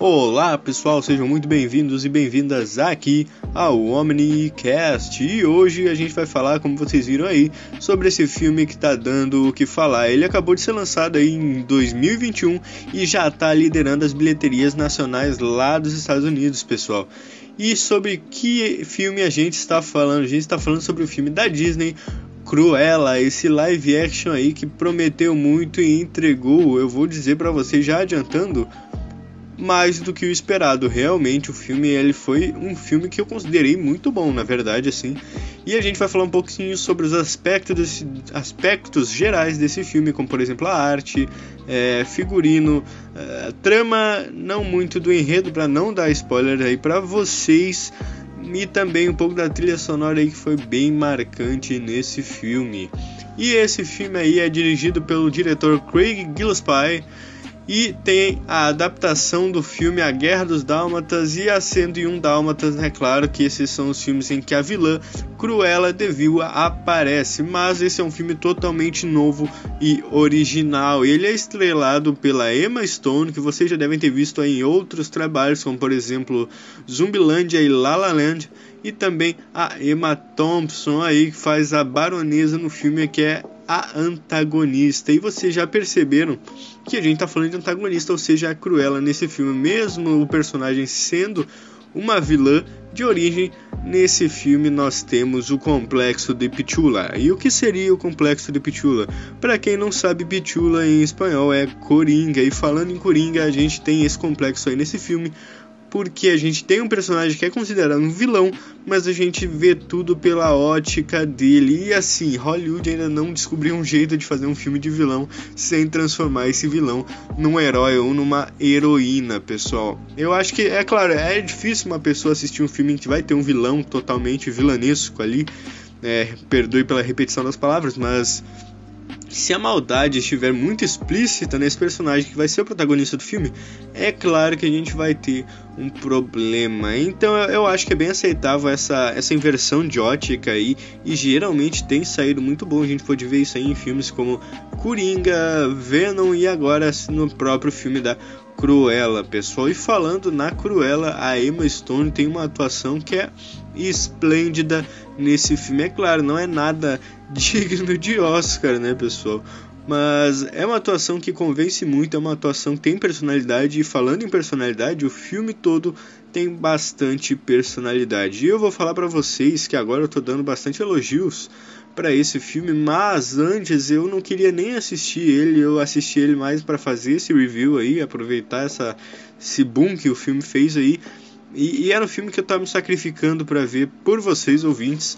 Olá pessoal, sejam muito bem-vindos e bem-vindas aqui ao OmniCast. E hoje a gente vai falar, como vocês viram aí, sobre esse filme que tá dando o que falar. Ele acabou de ser lançado aí em 2021 e já tá liderando as bilheterias nacionais lá dos Estados Unidos, pessoal. E sobre que filme a gente está falando? A gente está falando sobre o filme da Disney, Cruella, esse live action aí que prometeu muito e entregou, eu vou dizer pra vocês já adiantando, mais do que o esperado. Realmente o filme ele foi um filme que eu considerei muito bom, na verdade, assim. E a gente vai falar um pouquinho sobre os aspectos gerais desse filme, como por exemplo a arte, figurino, trama, não muito do enredo para não dar spoiler aí para vocês, e também um pouco da trilha sonora aí que foi bem marcante nesse filme. E esse filme aí é dirigido pelo diretor Craig Gillespie e tem a adaptação do filme A Guerra dos Dálmatas e A 101 Dálmatas. É claro que esses são os filmes em que a vilã Cruella de Vil aparece, mas esse é um filme totalmente novo e original. Ele é estrelado pela Emma Stone, que vocês já devem ter visto aí em outros trabalhos, como por exemplo Zumbilândia e La La Land, e também a Emma Thompson aí, que faz a baronesa no filme, que é a antagonista. E vocês já perceberam que a gente tá falando de antagonista, ou seja, a Cruella nesse filme, mesmo o personagem sendo uma vilã de origem. Nesse filme nós temos o complexo de Pichula. E o que seria o complexo de Pichula? Para quem não sabe, Pichula em espanhol é Coringa, e falando em Coringa, a gente tem esse complexo aí nesse filme, porque a gente tem um personagem que é considerado um vilão, mas a gente vê tudo pela ótica dele. E assim, Hollywood ainda não descobriu um jeito de fazer um filme de vilão sem transformar esse vilão num herói ou numa heroína, pessoal. Eu acho que, é claro, é difícil uma pessoa assistir um filme em que vai ter um vilão totalmente vilanesco ali, perdoe pela repetição das palavras, mas se a maldade estiver muito explícita nesse personagem que vai ser o protagonista do filme, é claro que a gente vai ter um problema. Então eu acho que é bem aceitável essa inversão de ótica aí, e geralmente tem saído muito bom. A gente pode ver isso aí em filmes como Coringa, Venom e agora no próprio filme da Cruella, pessoal. E falando na Cruella, a Emma Stone tem uma atuação que é esplêndida nesse filme. É claro, não é nada digno de Oscar, né, pessoal? Mas é uma atuação que convence muito, é uma atuação que tem personalidade. E falando em personalidade, o filme todo tem bastante personalidade. E eu vou falar pra vocês que agora eu tô dando bastante elogios para esse filme, mas antes eu não queria nem assistir ele, eu assisti ele mais para fazer esse review aí, aproveitar esse boom que o filme fez aí. E era um filme que eu estava me sacrificando para ver por vocês, ouvintes,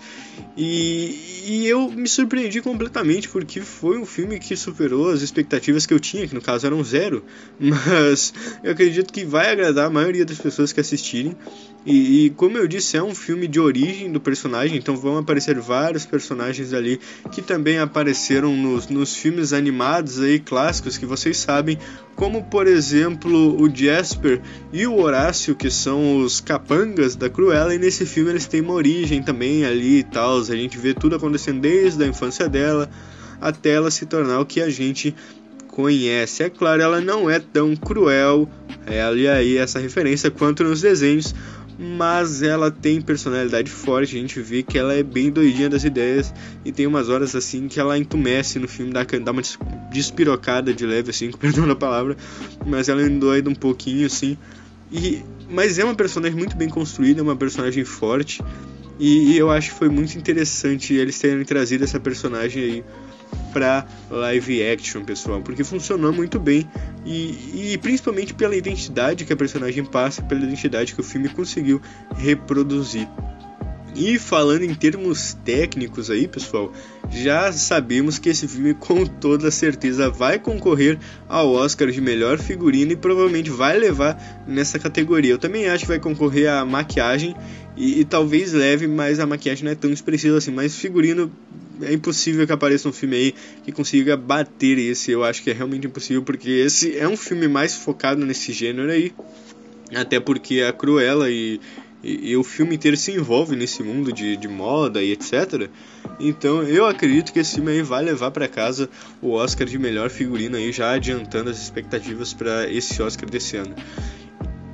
e eu me surpreendi completamente, porque foi um filme que superou as expectativas que eu tinha, que no caso eram 0, mas eu acredito que vai agradar a maioria das pessoas que assistirem. E como eu disse, é um filme de origem do personagem, então vão aparecer vários personagens ali que também apareceram nos filmes animados aí, clássicos, que vocês sabem, como por exemplo o Jasper e o Horácio, que são os capangas da Cruella, e nesse filme eles têm uma origem também ali e tal. A gente vê tudo acontecendo desde a infância dela até ela se tornar o que a gente conhece. É claro, ela não é tão cruel, ali aí essa referência, quanto nos desenhos, mas ela tem personalidade forte. A gente vê que ela é bem doidinha das ideias, e tem umas horas assim que ela entumece no filme, dá uma despirocada de leve assim, com perdão da palavra, mas ela endoida um pouquinho assim, mas é uma personagem muito bem construída, é uma personagem forte, e eu acho que foi muito interessante eles terem trazido essa personagem aí para live action, pessoal, porque funcionou muito bem, e principalmente pela identidade que a personagem passa, pela identidade que o filme conseguiu reproduzir. E falando em termos técnicos aí, pessoal, já sabemos que esse filme com toda certeza vai concorrer ao Oscar de melhor figurino e provavelmente vai levar nessa categoria. Eu também acho que vai concorrer a maquiagem e talvez leve, mas a maquiagem não é tão expressiva assim, mas figurino é impossível que apareça um filme aí que consiga bater esse. Eu acho que é realmente impossível, porque esse é um filme mais focado nesse gênero aí, até porque a Cruella e o filme inteiro se envolve nesse mundo de moda e etc. Então eu acredito que esse filme aí vai levar para casa o Oscar de melhor figurino aí, já adiantando as expectativas para esse Oscar desse ano.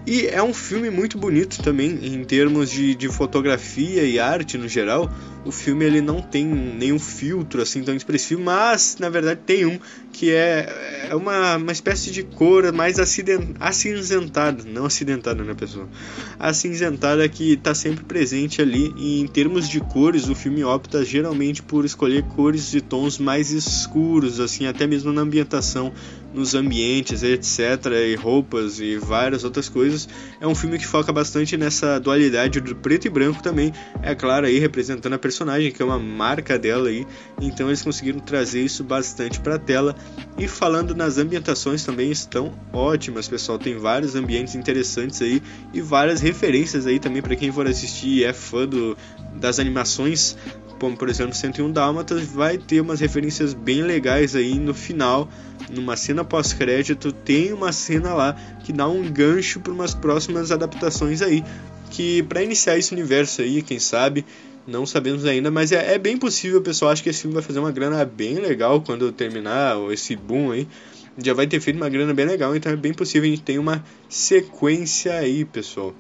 E é um filme muito bonito também, em termos de fotografia e arte no geral. O filme ele não tem nenhum filtro assim tão expressivo, mas na verdade tem um que é uma espécie de cor mais acinzentada, não acidentada, né, pessoal? Acinzentada, que está sempre presente ali. E em termos de cores, o filme opta geralmente por escolher cores de tons mais escuros, assim, até mesmo na ambientação, nos ambientes, etc, e roupas e várias outras coisas. É um filme que foca bastante nessa dualidade do preto e branco também, é claro, aí representando a personagem, que é uma marca dela aí. Então eles conseguiram trazer isso bastante para a tela. E falando nas ambientações, também estão ótimas, pessoal. Tem vários ambientes interessantes aí e várias referências aí também para quem for assistir e é fã das animações, como por exemplo 101 Dálmatas. Vai ter umas referências bem legais aí no final. Numa cena pós-crédito tem uma cena lá que dá um gancho para umas próximas adaptações aí, que para iniciar esse universo aí, quem sabe, não sabemos ainda, mas é bem possível, pessoal. Acho que esse filme vai fazer uma grana bem legal quando terminar esse boom aí. Já vai ter feito uma grana bem legal, então é bem possível a gente ter uma sequência aí, pessoal.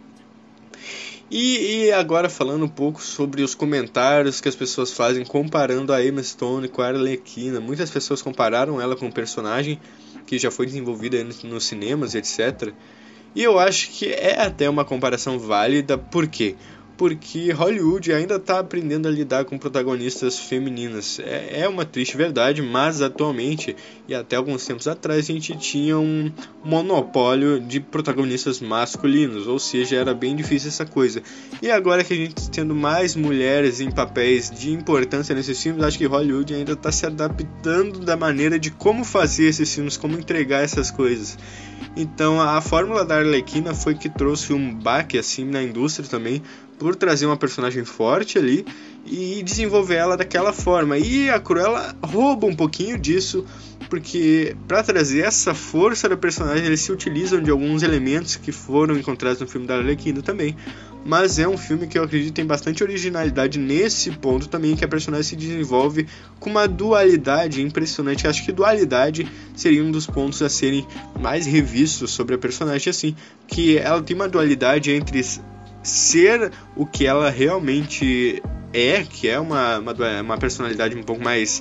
E agora falando um pouco sobre os comentários que as pessoas fazem comparando a Emma Stone com a Arlequina. Muitas pessoas compararam ela com um personagem que já foi desenvolvida nos cinemas, etc. E eu acho que é até uma comparação válida. Por quê? Porque Hollywood ainda está aprendendo a lidar com protagonistas femininas. É uma triste verdade, mas atualmente, e até alguns tempos atrás, a gente tinha um monopólio de protagonistas masculinos, ou seja, era bem difícil essa coisa. E agora que a gente está tendo mais mulheres em papéis de importância nesses filmes, acho que Hollywood ainda está se adaptando da maneira de como fazer esses filmes, como entregar essas coisas. Então a fórmula da Arlequina foi que trouxe um baque assim na indústria também, por trazer uma personagem forte ali e desenvolver ela daquela forma. E a Cruella rouba um pouquinho disso, porque para trazer essa força da personagem eles se utilizam de alguns elementos que foram encontrados no filme da Arlequina também. Mas é um filme que eu acredito tem bastante originalidade nesse ponto também, que a personagem se desenvolve com uma dualidade impressionante. Acho que dualidade seria um dos pontos a serem mais revistos sobre a personagem, assim, que ela tem uma dualidade entre ser o que ela realmente é, que é uma personalidade um pouco mais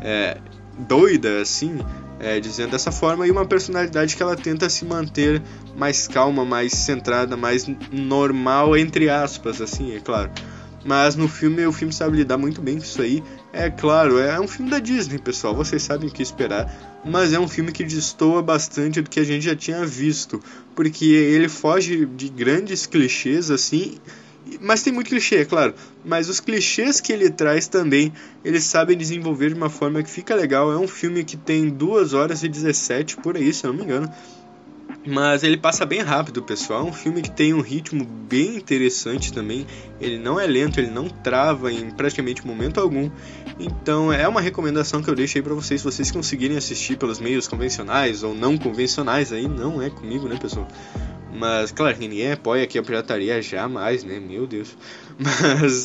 doida, assim, dizendo dessa forma, e uma personalidade que ela tenta se manter mais calma, mais centrada, mais normal, entre aspas, assim, é claro. Mas no filme, o filme sabe lidar muito bem com isso aí. É claro, é um filme da Disney, pessoal, vocês sabem o que esperar. Mas é um filme que destoa bastante do que a gente já tinha visto, porque ele foge de grandes clichês, assim, mas tem muito clichê, é claro. Mas os clichês que ele traz também, eles sabem desenvolver de uma forma que fica legal. É um filme que tem 2 horas e 17, por aí, se eu não me engano. Mas ele passa bem rápido, pessoal. É um filme que tem um ritmo bem interessante também. Ele não é lento, ele não trava em praticamente momento algum. Então é uma recomendação que eu deixo aí pra vocês. Se vocês conseguirem assistir pelos meios convencionais ou não convencionais, aí não é comigo, né, pessoal? Mas claro que ninguém apoia aqui a pirataria, jamais, né? Meu Deus. Mas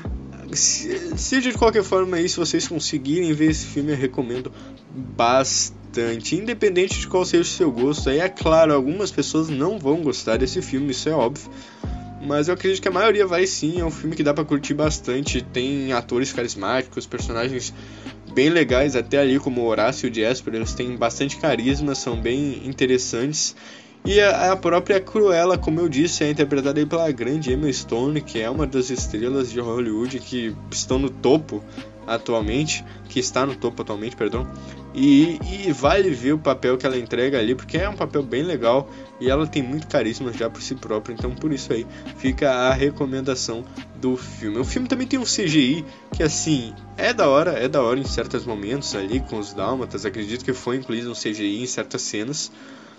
seja de qualquer forma aí, se vocês conseguirem ver esse filme, eu recomendo bastante, independente de qual seja o seu gosto. Aí é claro, algumas pessoas não vão gostar desse filme, isso é óbvio, mas eu acredito que a maioria vai sim. É um filme que dá pra curtir bastante, tem atores carismáticos, personagens bem legais, até ali como o Horácio e o Jasper, eles têm bastante carisma, são bem interessantes. E a própria Cruella, como eu disse, é interpretada aí pela grande Emma Stone, que é uma das estrelas de Hollywood que estão no topo atualmente, que está no topo atualmente, perdão. E vale ver o papel que ela entrega ali, porque é um papel bem legal e ela tem muito carisma já por si própria, então por isso aí fica a recomendação do filme. O filme também tem um CGI que, assim, é da hora em certos momentos ali com os dálmatas. Acredito que foi incluído um CGI em certas cenas.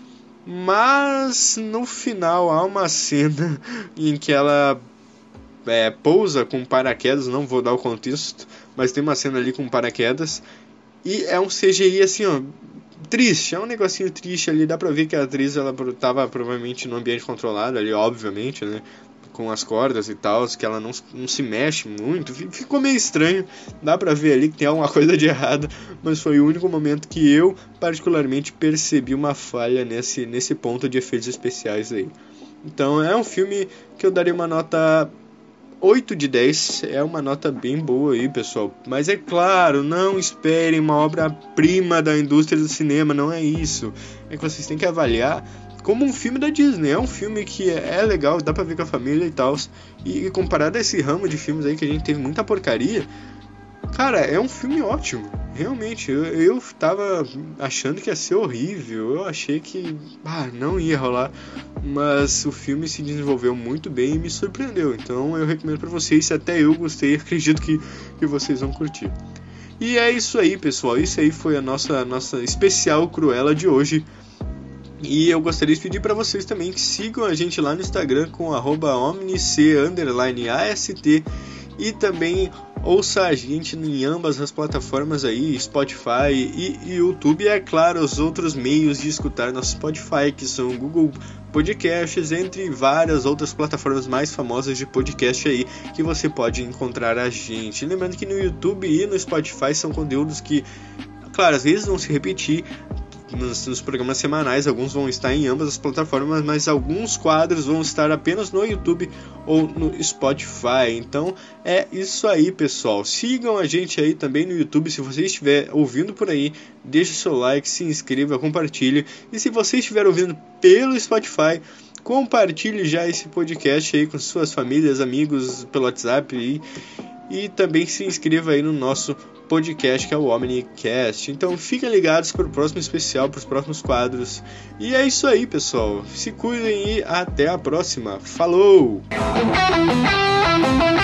Mas no final há uma cena em que ela pousa com paraquedas, não vou dar o contexto, mas tem uma cena ali com paraquedas e é um CGI assim, ó, triste, é um negocinho triste ali. Dá pra ver que a atriz ela tava provavelmente no ambiente controlado ali, obviamente, né, com as cordas e tal, que ela não se mexe muito, ficou meio estranho. Dá pra ver ali que tem alguma coisa de errado, mas foi o único momento que eu particularmente percebi uma falha nesse ponto de efeitos especiais aí. Então é um filme que eu daria uma nota 8 de 10, é uma nota bem boa aí, pessoal. Mas é claro, não esperem uma obra-prima da indústria do cinema, não é isso. É que vocês têm que avaliar como um filme da Disney. É um filme que é legal, dá pra ver com a família e tal. E comparado a esse ramo de filmes aí que a gente teve muita porcaria, cara, é um filme ótimo. Realmente, eu tava achando que ia ser horrível. Eu achei que não ia rolar. Mas o filme se desenvolveu muito bem e me surpreendeu. Então eu recomendo pra vocês. Até eu gostei, acredito que vocês vão curtir. E é isso aí, pessoal. Isso aí foi a nossa especial Cruella de hoje. E eu gostaria de pedir para vocês também que sigam a gente lá no Instagram com @omnic_ast e também ouça a gente em ambas as plataformas aí, Spotify e YouTube, e é claro, os outros meios de escutar nosso Spotify, que são Google Podcasts, entre várias outras plataformas mais famosas de podcast aí, que você pode encontrar a gente. Lembrando que no YouTube e no Spotify são conteúdos que, claro, às vezes vão se repetir nos programas semanais, alguns vão estar em ambas as plataformas, mas alguns quadros vão estar apenas no YouTube ou no Spotify. Então é isso aí, pessoal. Sigam a gente aí também no YouTube. Se você estiver ouvindo por aí, deixe seu like, se inscreva, compartilhe. E se você estiver ouvindo pelo Spotify, compartilhe já esse podcast aí com suas famílias, amigos, pelo WhatsApp e também se inscreva aí no nosso podcast, que é o OmniCast. Então fiquem ligados para o próximo especial, para os próximos quadros. E é isso aí, pessoal. Se cuidem e até a próxima. Falou!